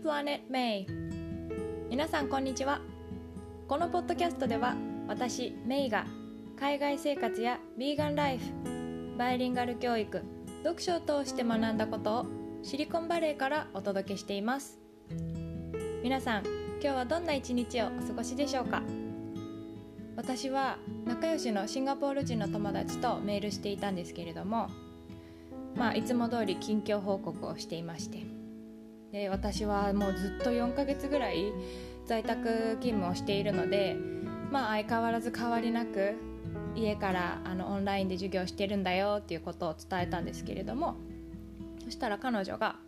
Planet May。 皆さんこんにちは。このポッドキャストでは私メイが海外生活やビーガンライフ、バイリンガル教育、読書を通して学んだことをシリコンバレーからお届けしています。皆さん今日はどんな一日をお過ごしでしょうか。私は仲良しのシンガポール人の友達とメールしていたんですけれども、いつも通り近況報告をしていまして、で私はもうずっと4ヶ月ぐらい在宅勤務をしているので、相変わらず変わりなく家からオンラインで授業してるんだよっていうことを伝えたんですけれども、そしたら彼女は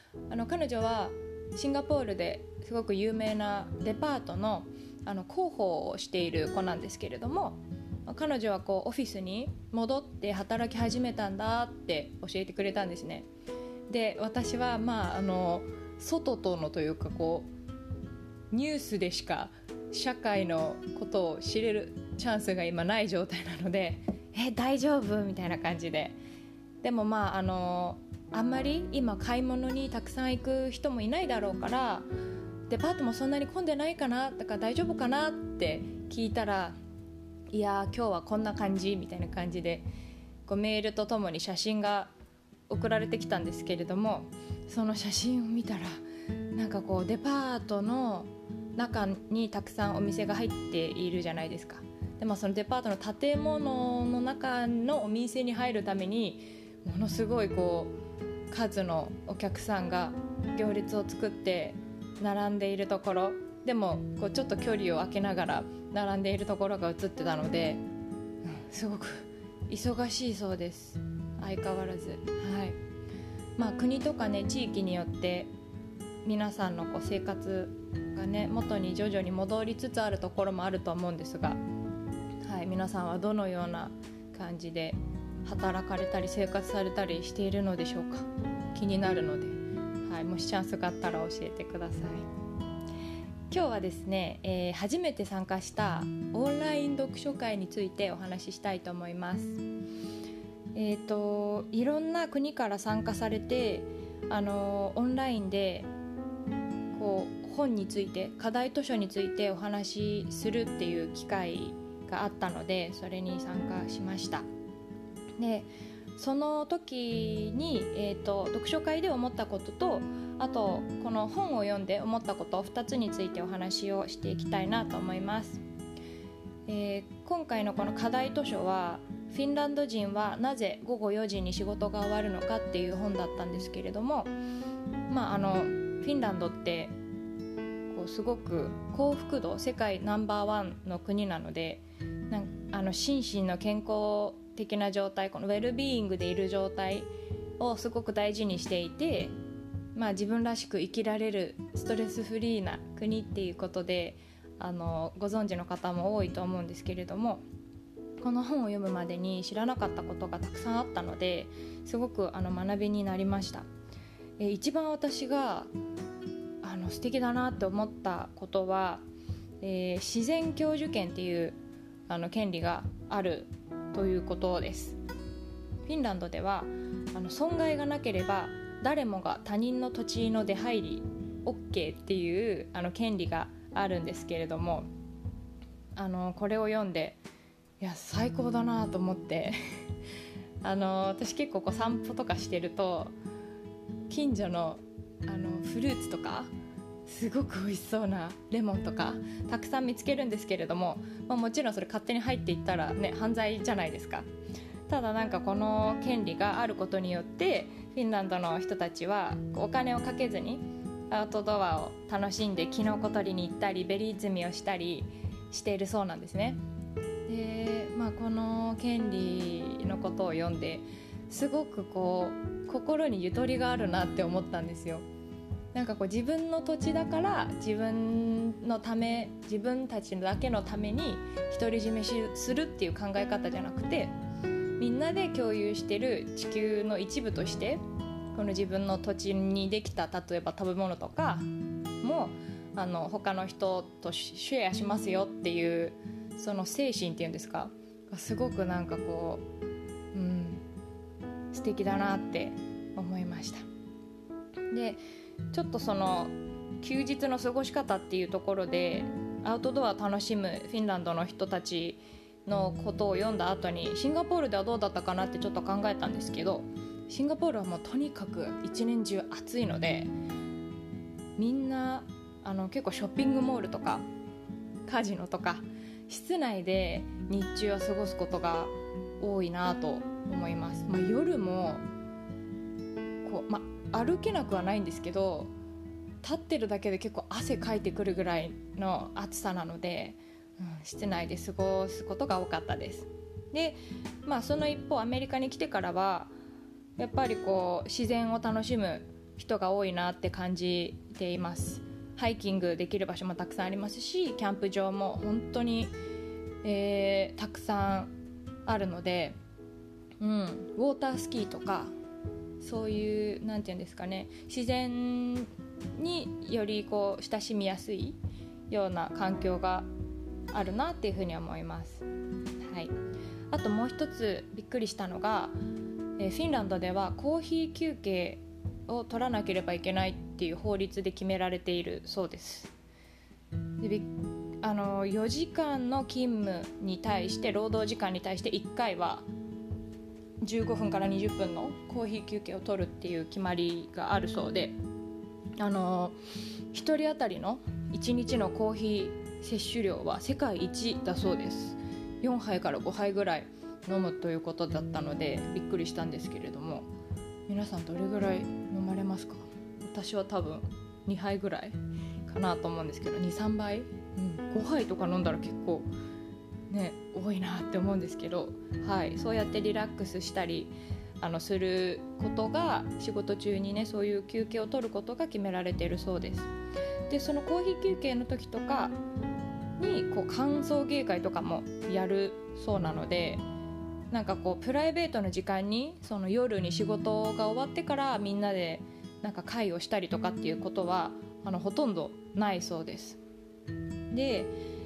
シンガポールですごく有名なデパートの広報をしている子なんですけれども、彼女はオフィスに戻って働き始めたんだって教えてくれたんですね。で私は外とのというかニュースでしか社会のことを知れるチャンスが今ない状態なので、大丈夫みたいな感じで、でもあんまり今買い物にたくさん行く人もいないだろうから、デパートもそんなに混んでないかな、だから大丈夫かなって聞いたら、いや今日はこんな感じみたいな感じでメールとともに写真が送られてきたんですけれども、その写真を見たらデパートの中にたくさんお店が入っているじゃないですか。でそのデパートの建物の中のお店に入るためにものすごい数のお客さんが行列を作って並んでいるところでもちょっと距離を空けながら並んでいるところが映ってたので、すごく忙しいそうです、相変わらず。国とか地域によって皆さんの生活が元に徐々に戻りつつあるところもあると思うんですが、皆さんはどのような感じで働かれたり生活されたりしているのでしょうか。気になるので、もしチャンスがあったら教えてください。今日はですね、初めて参加したオンライン読書会についてお話ししたいと思います。いろんな国から参加されてオンラインで本について、課題図書についてお話しするっていう機会があったので、それに参加しました。でその時に、読書会で思ったことと、あとこの本を読んで思ったこと2つについてお話をしていきたいなと思います。今回のこの課題図書はフィンランド人はなぜ午後4時に仕事が終わるのかっていう本だったんですけれども、フィンランドってすごく幸福度世界ナンバーワンの国なので、心身の健康的な状態、このウェルビーイングでいる状態をすごく大事にしていて、自分らしく生きられるストレスフリーな国っていうことでご存知の方も多いと思うんですけれども、この本を読むまでに知らなかったことがたくさんあったので、すごく学びになりました。一番私が素敵だなって思ったことは、自然享受権っていう権利があるということです。フィンランドでは損害がなければ誰もが他人の土地の出入り OK っていう権利があるんですけれども、これを読んで最高だなと思って私結構散歩とかしてると近所のフルーツとかすごく美味しそうなレモンとかたくさん見つけるんですけれども、もちろんそれ勝手に入っていったら犯罪じゃないですか。ただこの権利があることによってフィンランドの人たちはお金をかけずにアウトドアを楽しんでキノコ採りに行ったりベリー摘みをしたりしているそうなんですね。で、この権利のことを読んですごく心にゆとりがあるなって思ったんですよ。自分の土地だから自分たちだけのために独り占めするっていう考え方じゃなくて、みんなで共有してる地球の一部としてこの自分の土地にできた例えば食べ物とかも他の人とシェアしますよっていうその精神っていうんですか、すごく素敵だなって思いました。でちょっと休日の過ごし方っていうところでアウトドアを楽しむフィンランドの人たちのことを読んだ後にシンガポールではどうだったかなってちょっと考えたんですけど、シンガポールはもうとにかく一年中暑いので、みんな結構ショッピングモールとかカジノとか室内で日中は過ごすことが多いなと思います。夜もこう、歩けなくはないんですけど、立ってるだけで結構汗かいてくるぐらいの暑さなので、室内で過ごすことが多かったです。で、その一方アメリカに来てからはやっぱりこう自然を楽しむ人が多いなって感じています。ハイキングできる場所もたくさんありますし、キャンプ場も本当に、たくさんあるので、ウォータースキーとかそういうなんていうんですかね、自然によりこう親しみやすいような環境があるなっていうふうに思います。はい、あともう一つびっくりしたのが、フィンランドではコーヒー休憩を取らなければいけないっていう法律で決められているそうです。で4時間の勤務に対して労働時間に対して1回は15分から20分のコーヒー休憩を取るっていう決まりがあるそうで、1人当たりの1日のコーヒー摂取量は世界一だそうです。4杯から5杯ぐらい飲むということだったのでびっくりしたんですけれども、皆さんどれぐらい飲まれますか？私は多分2杯ぐらいかなと思うんですけど、 2,3 杯、5杯とか飲んだら結構ね多いなって思うんですけど、はい、そうやってリラックスしたりすることが、仕事中にねそういう休憩を取ることが決められているそうです。でそのコーヒー休憩の時とかにこう歓送迎会とかもやるそうなので、なんかこうプライベートの時間にその夜に仕事が終わってからみんなでなんか会をしたりとかっていうことはほとんどないそうです。で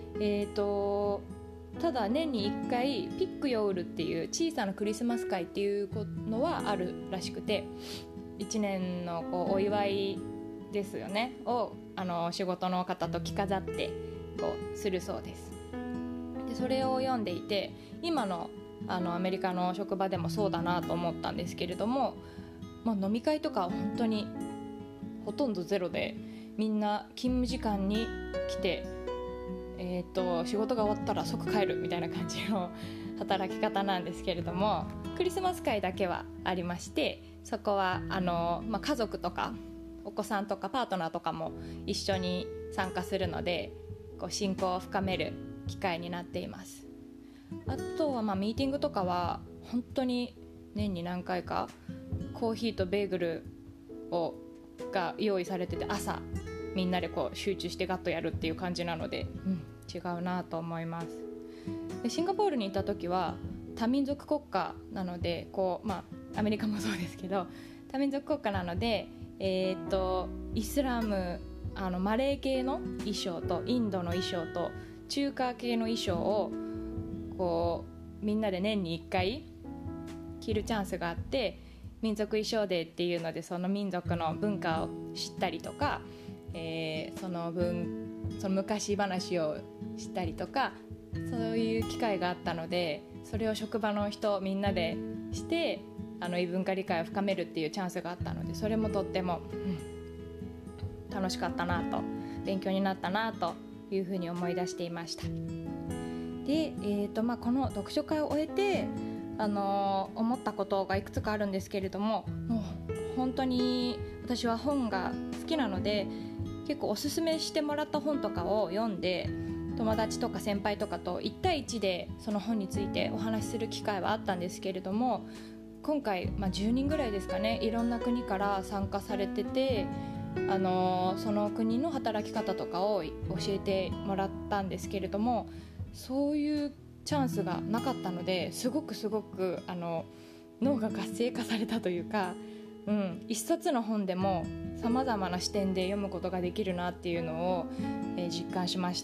ただ年に1回ピックヨウルっていう小さなクリスマス会っていうのはあるらしくて、1年のこうお祝いですよねを仕事の方と着飾ってこうするそうです。でそれを読んでいて、今のアメリカの職場でもそうだなと思ったんですけれども、飲み会とかは本当にほとんどゼロで、みんな勤務時間に来て、仕事が終わったら即帰るみたいな感じの働き方なんですけれども、クリスマス会だけはありまして、そこは家族とかお子さんとかパートナーとかも一緒に参加するので、こう親交を深める機会になっています。あとはミーティングとかは本当に年に何回かコーヒーとベーグルが用意されてて、朝みんなでこう集中してガッとやるっていう感じなので、違うなと思います。でシンガポールにいた時は多民族国家なので、アメリカもそうですけど多民族国家なので、イスラムマレー系の衣装とインドの衣装と中華系の衣装をこうみんなで年に1回着るチャンスがあって、民族衣装デーっていうのでその民族の文化を知ったりとか、その昔話を知ったりとか、そういう機会があったので、それを職場の人みんなでして異文化理解を深めるっていうチャンスがあったので、それもとっても、楽しかったなと、勉強になったなというふうに思い出していました。で、この読書会を終えて思ったことがいくつかあるんですけれども、もう本当に私は本が好きなので、結構おすすめしてもらった本とかを読んで、友達とか先輩とかと1対1でその本についてお話しする機会はあったんですけれども、今回、10人ぐらいですかね、いろんな国から参加されてて、その国の働き方とかを教えてもらったんですけれども、そういうチャンスがなかったので、すごく脳が活性化されたというか、一冊の本でもさまざまな視点で読むことができるなっていうのを、実感しました。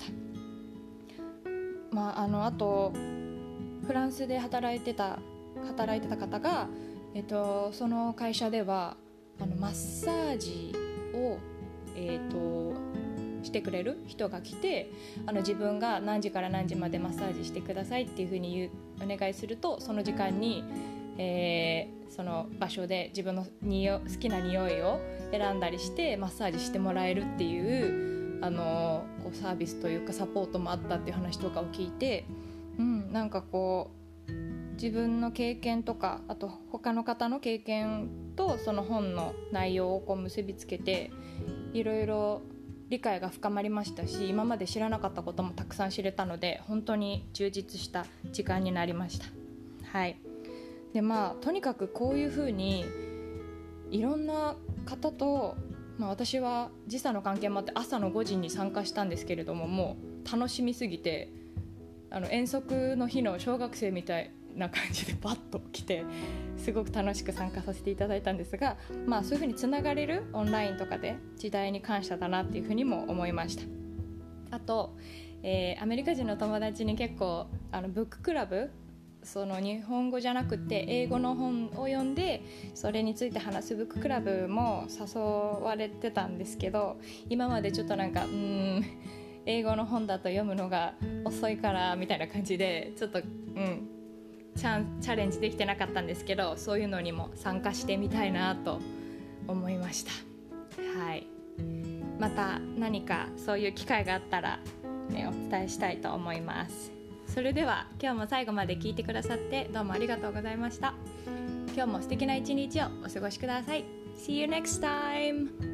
あとフランスで働いてた方が、その会社ではマッサージを、 してくれる人が来て、自分が何時から何時までマッサージしてくださいっていう風にお願いすると、その時間に、その場所で自分の好きな匂いを選んだりしてマッサージしてもらえるっていうこうサービスというかサポートもあったっていう話とかを聞いて、なんかこう自分の経験とか、あと他の方の経験とその本の内容をこう結びつけて、いろいろ理解が深まりましたし、今まで知らなかったこともたくさん知れたので、本当に充実した時間になりました。はい。でとにかくこういう風にいろんな方と、私は時差の関係もあって朝の5時に参加したんですけれども、もう楽しみすぎて遠足の日の小学生みたいな感じでバッと来て、すごく楽しく参加させていただいたんですが、そういう風につながれるオンラインとかで時代に感謝だなっていう風にも思いました。あと、アメリカ人の友達に結構ブッククラブ、その日本語じゃなくて英語の本を読んでそれについて話すブッククラブも誘われてたんですけど、今までちょっとなんか英語の本だと読むのが遅いからみたいな感じでちょっとチャレンジできてなかったんですけど、そういうのにも参加してみたいなと思いました。はい。また何かそういう機会があったら、お伝えしたいと思います。それでは今日も最後まで聞いてくださってどうもありがとうございました。今日も素敵な一日をお過ごしください。See you next time!